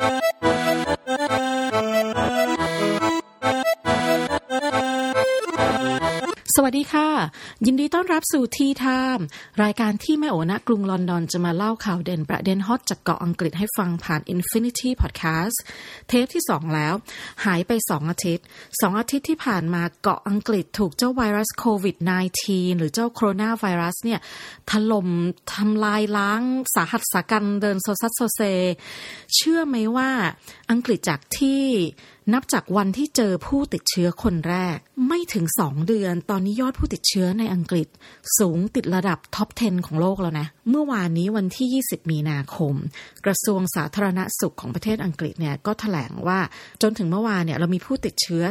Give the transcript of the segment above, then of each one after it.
สวัสดีค่ะยินดีต้อนรับสู่ทีไทม์รายการที่แม่โอณกรุงลอนดอนจะมาเล่าข่าวเด่นประเด็นฮอตจากเกาะอังกฤษให้ฟังผ่าน Infinity Podcast เทปที่2แล้วหายไป2อาทิตย์ที่ผ่านมาเกาะอังกฤษถูกเจ้าไวรัสโควิด -19 หรือเจ้าโคโรนาไวรัสเนี่ยถล่มทำลายล้างสาหัสสากันเดินโซซัสโซเซเชื่อไหมว่าอังกฤษจากที่นับจากวันที่เจอผู้ติดเชื้อคนแรกไม่ถึง2เดือนตอนนี้ยอดผู้ติดเชื้อในอังกฤษสูงติดระดับท็อป 10 ของโลกแล้วนะเมื่อวานนี้วันที่20มีนาคมกระทรวงสาธารณสุขของประเทศอังกฤษเนี่ยก็แถลงว่าจนถึงเมื่อวานเนี่ยเรามีผู้ติดเชื้อ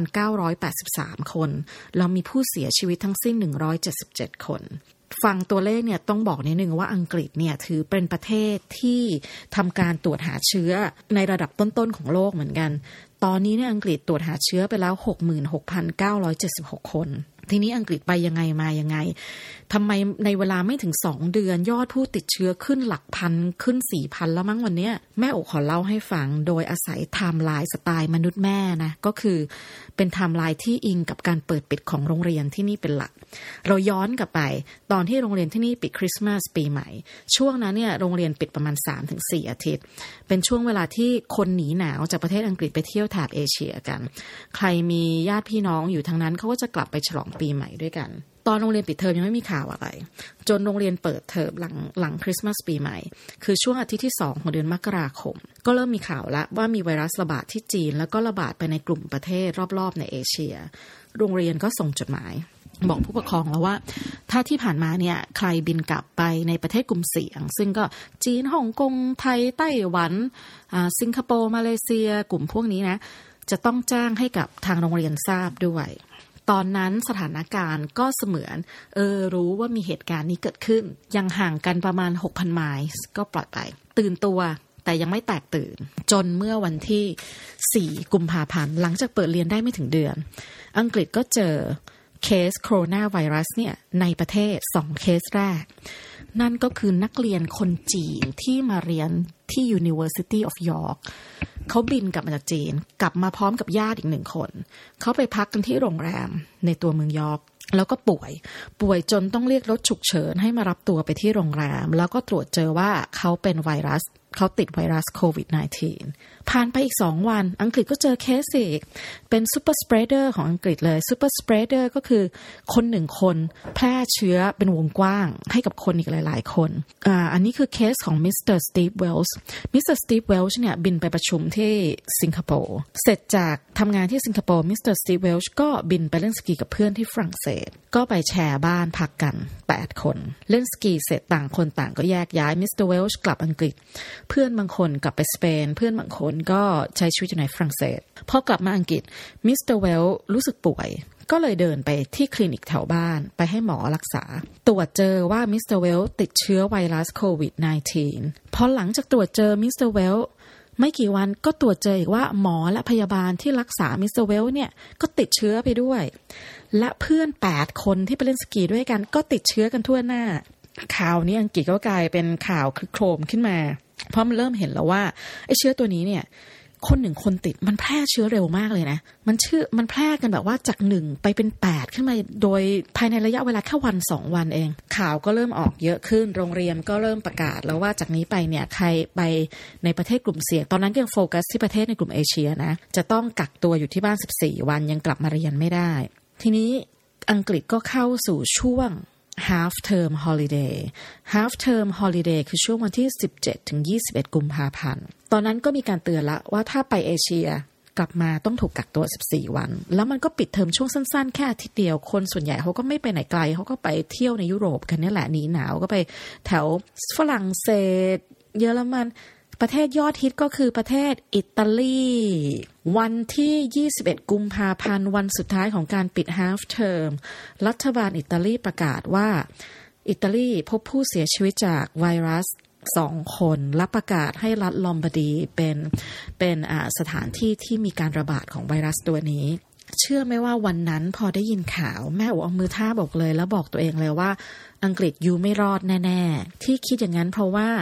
3,983 คนเรามีผู้เสียชีวิตทั้งสิ้น177คนฟังตัวเลขเนี่ยต้องบอกนิดนึงว่าอังกฤษเนี่ยถือเป็นประเทศที่ทำการตรวจหาเชื้อในระดับต้นๆของโลกเหมือนกันตอนนี้เนี่ยอังกฤษตรวจหาเชื้อไปแล้ว 66,976 คนทีนี้อังกฤษไปยังไงมายังไงทำไมในเวลาไม่ถึง2เดือนยอดผู้ติดเชื้อขึ้นหลักพันขึ้น 4,000 แล้วมั้งวันนี้แม่โอขอเล่าให้ฟังโดยอาศัยไทม์ไลน์สไตล์มนุษย์แม่นะก็คือเป็นไทม์ไลน์ที่อิงกับการเปิดปิดของโรงเรียนที่นี่เป็นหลักเราย้อนกลับไปตอนที่โรงเรียนที่นี่ปิดคริสต์มาสปีใหม่ช่วงนั้นเนี่ยโรงเรียนปิดประมาณ 3-4 อาทิตย์เป็นช่วงเวลาที่คนหนีหนาวจากประเทศอังกฤษไปเที่ยวแถบเอเชียกันใครมีญาติพี่น้องอยู่ทางนั้นเขาก็จะกลับไปฉลองปีใหม่ด้วยกันตอนโรงเรียนปิดเทอมยังไม่มีข่าวอะไรจนโรงเรียนเปิดเทอมหลังคริสต์มาสปีใหม่คือช่วงอาทิตย์ที่2ของเดือนมกราคมก็เริ่มมีข่าวแล้วว่ามีไวรัสระบาดที่จีนแล้วก็ระบาดไปในกลุ่มประเทศรอบๆในเอเชียโรงเรียนก็ส่งจดหมายบอกผู้ปกครองแล้วว่าถ้าที่ผ่านมาเนี่ยใครบินกลับไปในประเทศกลุ่มเสี่ยงซึ่งก็จีนฮ่องกงไทยไต้หวันสิงคโปร์มาเลเซียกลุ่มพวกนี้นะจะต้องแจ้งให้กับทางโรงเรียนทราบด้วยตอนนั้นสถานการณ์ก็เสมือนรู้ว่ามีเหตุการณ์นี้เกิดขึ้นยังห่างกันประมาณ 6,000 ไมล์ก็ปลอดภัยตื่นตัวแต่ยังไม่แตกตื่นจนเมื่อวันที่4กุมภาพันธ์หลังจากเปิดเรียนได้ไม่ถึงเดือนอังกฤษก็เจอเคสโคโรนาไวรัสเนี่ยในประเทศ2เคสแรกนั่นก็คือนักเรียนคนจีนที่มาเรียนที่ University of York เขาบินกลับมาจากจีนกลับมาพร้อมกับญาติอีก1คนเขาไปพักกันที่โรงแรมในตัวเมืองยอร์กแล้วก็ป่วยจนต้องเรียกรถฉุกเฉินให้มารับตัวไปที่โรงแรมแล้วก็ตรวจเจอว่าเขาเป็นไวรัสเขาติดไวรัสโควิด -19 ผ่านไปอีก2วันอังกฤษก็เจอเคสอีกเป็นซูเปอร์สเปรเดอร์ของอังกฤษเลยซูเปอร์สเปรเดอร์ก็คือคน1คนแพร่เชื้อเป็นวงกว้างให้กับคนอีกหลายๆคนอันนี้คือเคสของมิสเตอร์สตีฟเวลส์มิสเตอร์สตีฟเวลส์เนี่ยบินไปประชุมที่สิงคโปร์เสร็จจากทำงานที่สิงคโปร์มิสเตอร์สตีฟเวลส์ก็บินไปเล่นสกีกับเพื่อนที่ฝรั่งเศสก็ไปแชร์บ้านพักกัน8คนเล่นสกีเสร็จต่างคนต่างก็แยกย้ายมิสเตอร์เวลส์กลับอังกฤษเพื่อนบางคนกลับไปสเปนเพื่อนบางคนก็ใช้ชีวิตอยู่ในฝรั่งเศสพอกลับมาอังกฤษมิสเตอร์เวลรู้สึกป่วยก็เลยเดินไปที่คลินิกแถวบ้านไปให้หมอรักษาตรวจเจอว่ามิสเตอร์เวลติดเชื้อไวรัสโควิด -19 พอหลังจากตรวจเจอมิสเตอร์เวลไม่กี่วันก็ตรวจเจออีกว่าหมอและพยาบาลที่รักษามิสเตอร์เวลเนี่ยก็ติดเชื้อไปด้วยและเพื่อน8คนที่ไปเล่นสกีด้วยกันก็ติดเชื้อกันทั่วหน้าข่าวนี้อังกฤษก็กลายเป็นข่าวคลึกโครมขึ้นมาเพราะมันเริ่มเห็นแล้วว่าไอ้เชื้อตัวนี้เนี่ยคน1คนติดมันแพร่เชื้อเร็วมากเลยนะมันแพร่กันแบบว่าจาก1ไปเป็น8ขึ้นมาโดยภายในระยะเวลาแค่วัน2วันเองข่าวก็เริ่มออกเยอะขึ้นโรงเรียนก็เริ่มประกาศแล้วว่าจากนี้ไปเนี่ยใครไปในประเทศกลุ่มเสี่ยงตอนนั้นยังโฟกัสที่ประเทศในกลุ่มเอเชียนะจะต้องกักตัวอยู่ที่บ้าน14วันยังกลับมาเรียนไม่ได้ทีนี้อังกฤษก็เข้าสู่ช่วงhalf term holiday คือช่วงวันที่17ถึง21กุมภาพันธ์ตอนนั้นก็มีการเตือนละว่าถ้าไปเอเชียกลับมาต้องถูกกักตัว14วันแล้วมันก็ปิดเทอมช่วงสั้นๆแค่อาทิตย์เดียวคนส่วนใหญ่เขาก็ไม่ไปไหนไกลเขาก็ไปเที่ยวในยุโรปกันนี่แหละหนีหนาวก็ไปแถวฝรั่งเศสเยอรมันประเทศยอดฮิตก็คือประเทศอิตาลีวันที่21กุมภาพันธ์วันสุดท้ายของการปิด half term รัฐบาลอิตาลีประกาศว่าอิตาลีพบผู้เสียชีวิตจากไวรัส2คนและประกาศให้รัฐลอมบาร์ดีเป็นสถานที่ที่มีการระบาดของไวรัสตัวนี้เชื่อไหมว่าวันนั้นพอได้ยินข่าวแม่เอามือท่าบอกเลยแล้วบอกตัวเองเลยว่าอังกฤษอยู่ไม่รอดแน่ๆที่คิดอย่างนั้นเพราะว่า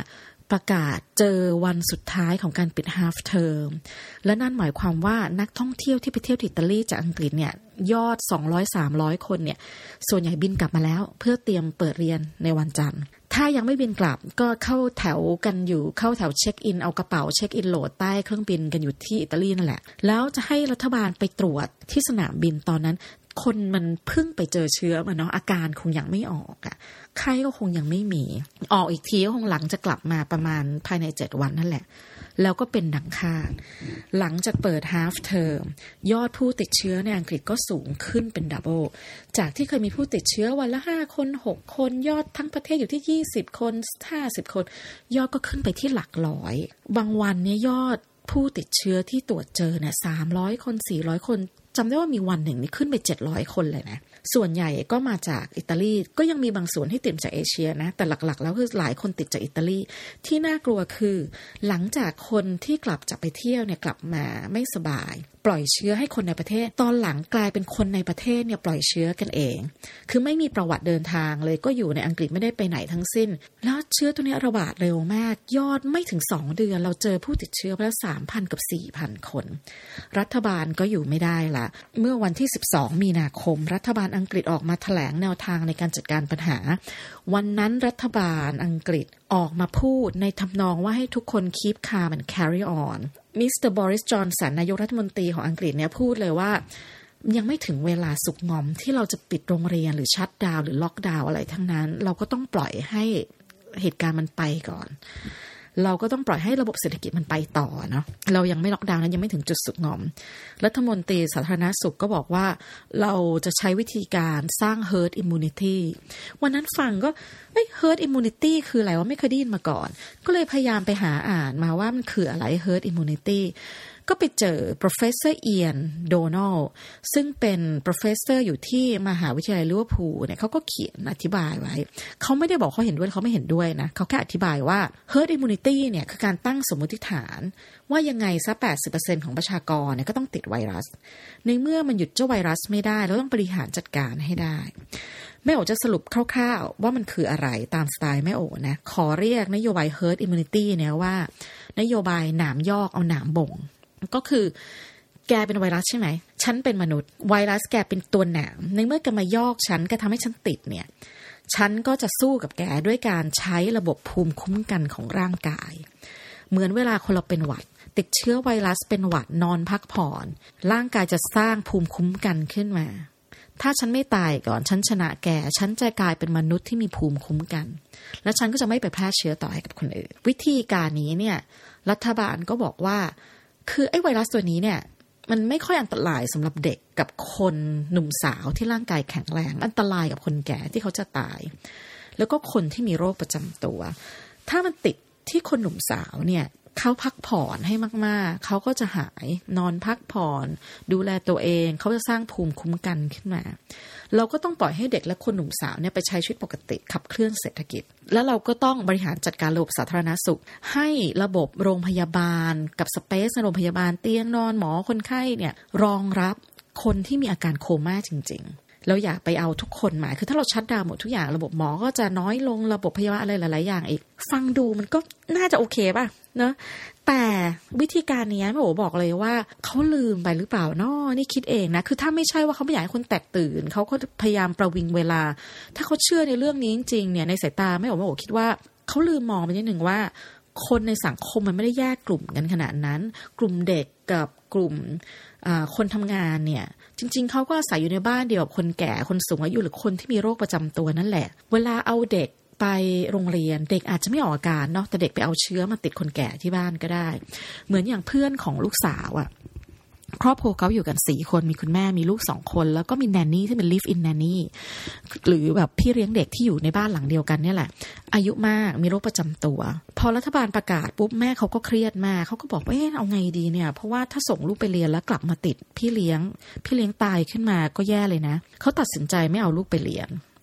ประกาศเจอวันสุดท้ายของการปิด half term และนั่นหมายความว่านักท่องเที่ยวที่ไปเที่ยวอิตาลีจากอังกฤษเนี่ยยอด 200-300 คนเนี่ยส่วนใหญ่บินกลับมาแล้วเพื่อเตรียมเปิดเรียนในวันจันทร์ถ้ายังไม่บินกลับก็เข้าแถวกันอยู่เข้าแถวเช็คอินเอากระเป๋าเช็คอินโหลดใต้เครื่องบินกันอยู่ที่อิตาลีนั่นแหละแล้วจะให้รัฐบาลไปตรวจที่สนามบินตอนนั้นคนมันเพิ่งไปเจอเชื้อมาเนาะอาการคงยังไม่ออกอ่ะไข้ก็คงยังไม่มีออกอีกทีก็คงหลังจะกลับมาประมาณภายใน7วันนั่นแหละแล้วก็เป็นดังคาดหลังจากเปิด half term ยอดผู้ติดเชื้อในอังกฤษก็สูงขึ้นเป็นดับเบิลจากที่เคยมีผู้ติดเชื้อวันละ5คน6คนยอดทั้งประเทศอยู่ที่20คน50คนยอดก็ขึ้นไปที่หลักร้อยบางวันเนี่ยยอดผู้ติดเชื้อที่ตรวจเจอเนี่ย300คน400คนจำได้ว่ามีวันหนึ่งนี่ขึ้นไป700คนเลยนะส่วนใหญ่ก็มาจากอิตาลีก็ยังมีบางส่วนที่ติดจากเอเชียนะแต่หลักๆแล้วคือหลายคนติดจากอิตาลีที่น่ากลัวคือหลังจากคนที่กลับจากไปเที่ยวเนี่ยกลับมาไม่สบายปล่อยเชื้อให้คนในประเทศตอนหลังกลายเป็นคนในประเทศเนี่ยปล่อยเชื้อกันเองคือไม่มีประวัติเดินทางเลยก็อยู่ในอังกฤษไม่ได้ไปไหนทั้งสิ้นแล้วเชื้อตัวนี้ระบาดเร็วมากยอดไม่ถึง2เดือนเราเจอผู้ติดเชื้อไปแล้ว 3,000 กับ 4,000 คนรัฐบาลก็อยู่ไม่ได้ละเมื่อวันที่12มีนาคมรัฐบาลอังกฤษออกมาแถลงแนวทางในการจัดการปัญหาวันนั้นรัฐบาลอังกฤษออกมาพูดในทำนองว่าให้ทุกคน keep calm and carry on มิสเตอร์บอริส จอนสันนายกรัฐมนตรีของอังกฤษเนี่ยพูดเลยว่ายังไม่ถึงเวลาสุกงอมที่เราจะปิดโรงเรียนหรือชัตดาวน์หรือล็อกดาวน์อะไรทั้งนั้นเราก็ต้องปล่อยให้เหตุการณ์มันไปก่อนเราก็ต้องปล่อยให้ระบบเศรษฐกิจมันไปต่อเนาะเรายังไม่ล็อกดาวน์นั้นยังไม่ถึงจุดสุกงอมรัฐมนตรีสาธารณสุขก็บอกว่าเราจะใช้วิธีการสร้าง herd immunity วันนั้นฟังก็herd immunity คืออะไรวะไม่เคยได้ยินมาก่อนก็เลยพยายามไปหาอ่านมาว่ามันคืออะไร herd immunityก็ไปเจอ professor Ian Donald ซึ่งเป็น professor อยู่ที่มหาวิทยาลัยลิเวอร์พูลเนี่ยเขาก็เขียนอธิบายไว้เขาไม่ได้บอกเขาเห็นด้วยเขาไม่เห็นด้วยนะเขาแค่อธิบายว่า herd immunity เนี่ยคือการตั้งสมมติฐานว่ายังไงซะ 80% ของประชากรเนี่ยก็ต้องติดไวรัสในเมื่อมันหยุดเจ้าไวรัสไม่ได้เราต้องบริหารจัดการให้ได้แม่โอจะสรุปคร่าวๆว่ามันคืออะไรตามสไตล์แม่โอนะขอเรียกนโยบาย herd immunity เนี่ยว่านโยบายหนามยอกเอาหนามบ่งก็คือแกเป็นไวรัสใช่ไหมฉันเป็นมนุษย์ไวรัสแกเป็นตัวหนามในเมื่อแกมายอกฉันแกทำให้ฉันติดเนี่ยฉันก็จะสู้กับแกด้วยการใช้ระบบภูมิคุ้มกันของร่างกายเหมือนเวลาคนเราเป็นหวัดติดเชื้อไวรัสเป็นหวัดนอนพักผ่อนร่างกายจะสร้างภูมิคุ้มกันขึ้นมาถ้าฉันไม่ตายก่อนฉันชนะแกฉันจะกลายเป็นมนุษย์ที่มีภูมิคุ้มกันและฉันก็จะไม่ไปแพร่เชื้อต่อให้กับคนอื่นวิธีการนี้เนี่ยรัฐบาลก็บอกว่าคือไอ้ไวรัสตัวนี้เนี่ยมันไม่ค่อยอันตรายสำหรับเด็กกับคนหนุ่มสาวที่ร่างกายแข็งแรงอันตรายกับคนแก่ที่เขาจะตายแล้วก็คนที่มีโรคประจำตัวถ้ามันติดที่คนหนุ่มสาวเนี่ยเขาพักผ่อนให้มากๆเขาก็จะหายนอนพักผ่อนดูแลตัวเองเขาจะสร้างภูมิคุ้มกันขึ้นมาเราก็ต้องปล่อยให้เด็กและคนหนุ่มสาวเนี่ยไปใช้ชีวิตปกติขับเคลื่อนเศรษฐกิจแล้วเราก็ต้องบริหารจัดการระบบสาธารณสุขให้ระบบโรงพยาบาลกับสเปซในโรงพยาบาลเตียงนอนหมอคนไข้เนี่ยรองรับคนที่มีอาการโคม่าจริงๆเราอยากไปเอาทุกคนมาคือถ้าเราชัตดาวน์หมดทุกอย่างระบบหมอก็จะน้อยลงระบบพยาบาลอะไรหลายๆอย่างอีกฟังดูมันก็น่าจะโอเคป่ะเนอะแต่วิธีการนี้แม่โอ๋บอกเลยว่าเขาลืมไปหรือเปล่าน้อนี่คิดเองนะคือถ้าไม่ใช่ว่าเขาไม่อยากให้คนแตกตื่นเขาก็พยายามประวิงเวลาถ้าเขาเชื่อในเรื่องนี้จริงๆเนี่ยในสายตาแม่โอ๋คิดว่าเขาลืมมองไปนิดนึงว่าคนในสังคมมันไม่ได้แยกกลุ่มกันขนาดนั้นกลุ่มเด็กกับกลุ่มคนทำงานเนี่ยจริงๆเขาก็อาศัยอยู่ในบ้านเดียวกับคนแก่คนสูงอายุหรือคนที่มีโรคประจำตัวนั่นแหละเวลาเอาเด็กไปโรงเรียนเด็กอาจจะไม่ออกอาการเนาะแต่เด็กไปเอาเชื้อมาติดคนแก่ที่บ้านก็ได้เหมือนอย่างเพื่อนของลูกสาวอะครอบครัวเขาอยู่กัน4คนมีคุณแม่มีลูก2คนแล้วก็มีแนนนี่ที่เป็น live in nanny หรือแบบพี่เลี้ยงเด็กที่อยู่ในบ้านหลังเดียวกันเนี่ยแหละอายุมากมีโรคประจำตัวพอรัฐบาลประกาศปุ๊บแม่เขาก็เครียดมากเขาก็บอกว่าเอาไงดีเนี่ยเพราะว่าถ้าส่งลูกไปเรียนแล้วกลับมาติดพี่เลี้ยงตายขึ้นมาก็แย่เลยนะเขาตัดสินใจไม่เอาลูกไปเรียน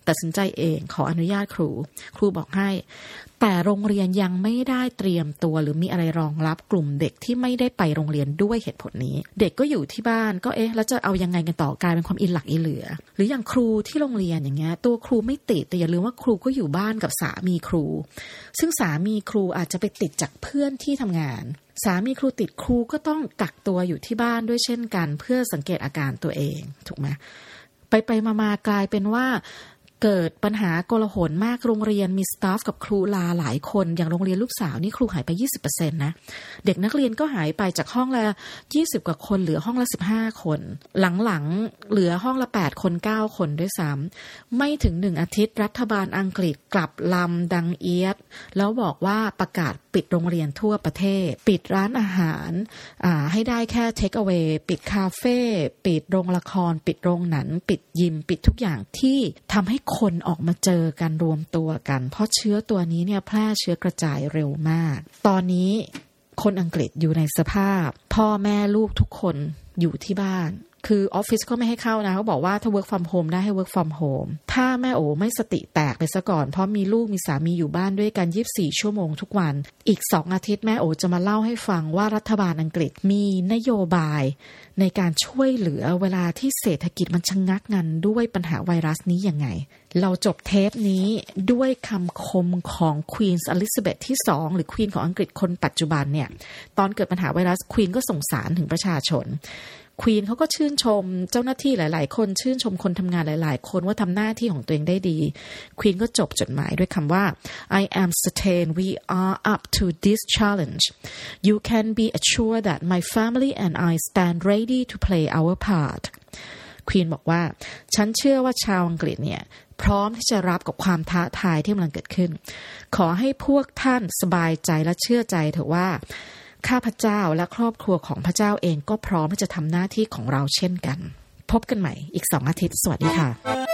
ตัดสินใจเองขออนุญาตครูบอกให้แต่โรงเรียนยังไม่ได้เตรียมตัวหรือมีอะไรรองรับกลุ่มเด็กที่ไม่ได้ไปโรงเรียนด้วยเหตุผลนี้เด็กก็อยู่ที่บ้านก็แล้วจะเอายังไงกันต่อกลายเป็นความอิหลักอิเหลือหรืออย่างครูที่โรงเรียนอย่างเงี้ยตัวครูไม่ติดแต่อย่าลืมว่าครูก็อยู่บ้านกับสามีครูซึ่งสามีครูอาจจะไปติดจากเพื่อนที่ทำงานสามีครูติดครูก็ต้องกักตัวอยู่ที่บ้านด้วยเช่นกันเพื่อสังเกตอาการตัวเองถูกไหมไปมากลายเป็นว่าเกิดปัญหาโกลาหลมากโรงเรียนมีสตาฟกับครูลาหลายคนอย่างโรงเรียนลูกสาวนี่ครูหายไป 20% นะเด็กนักเรียนก็หายไปจากห้องละ20กว่าคนเหลือห้องละ15คนหลังๆเหลือห้องละ8คน9คนด้วยซ้ำไม่ถึง1อาทิตย์รัฐบาลอังกฤษกลับลำดังเอียดแล้วบอกว่าประกาศปิดโรงเรียนทั่วประเทศปิดร้านอาหารให้ได้แค่ take away ปิดคาเฟ่ปิดโรงละครปิดโรงหนังปิดยิมปิดทุกอย่างที่ทำให้คนออกมาเจอกันรวมตัวกันเพราะเชื้อตัวนี้เนี่ยแพร่เชื้อกระจายเร็วมากตอนนี้คนอังกฤษอยู่ในสภาพพ่อแม่ลูกทุกคนอยู่ที่บ้านคือออฟฟิศก็ไม่ให้เข้านะเขาบอกว่าถ้า work from home ได้ให้ work from home ถ้าแม่โอไม่สติแตกไปซะก่อนเพราะมีลูกมีสามีอยู่บ้านด้วยกัน24ชั่วโมงทุกวันอีก2อาทิตย์แม่โอจะมาเล่าให้ฟังว่ารัฐบาลอังกฤษมีนโยบายในการช่วยเหลือเวลาที่เศรษฐกิจมันชะงักงันด้วยปัญหาไวรัสนี้ยังไงเราจบเทปนี้ด้วยคำคมของควีนอลิซาเบธที่2หรือควีนของอังกฤษคนปัจจุบันเนี่ยตอนเกิดปัญหาไวรัสควีนก็ส่งสารถึงประชาชนควีนเขาก็ชื่นชมเจ้าหน้าที่หลายๆคนชื่นชมคนทำงานหลายๆคนว่าทำหน้าที่ของตัวเองได้ดีควีนก็จบจดหมายด้วยคำว่า I am certain we are up to this challenge you can be assured that my family and I stand ready to play our part ควีนบอกว่าฉันเชื่อว่าชาวอังกฤษเนี่ยพร้อมที่จะรับกับความท้าทายที่กำลังเกิดขึ้นขอให้พวกท่านสบายใจและเชื่อใจเถอะว่าข้าพเจ้าและครอบครัวของพระเจ้าเองก็พร้อมที่จะทำหน้าที่ของเราเช่นกันพบกันใหม่อีก2อาทิตย์สวัสดีค่ะ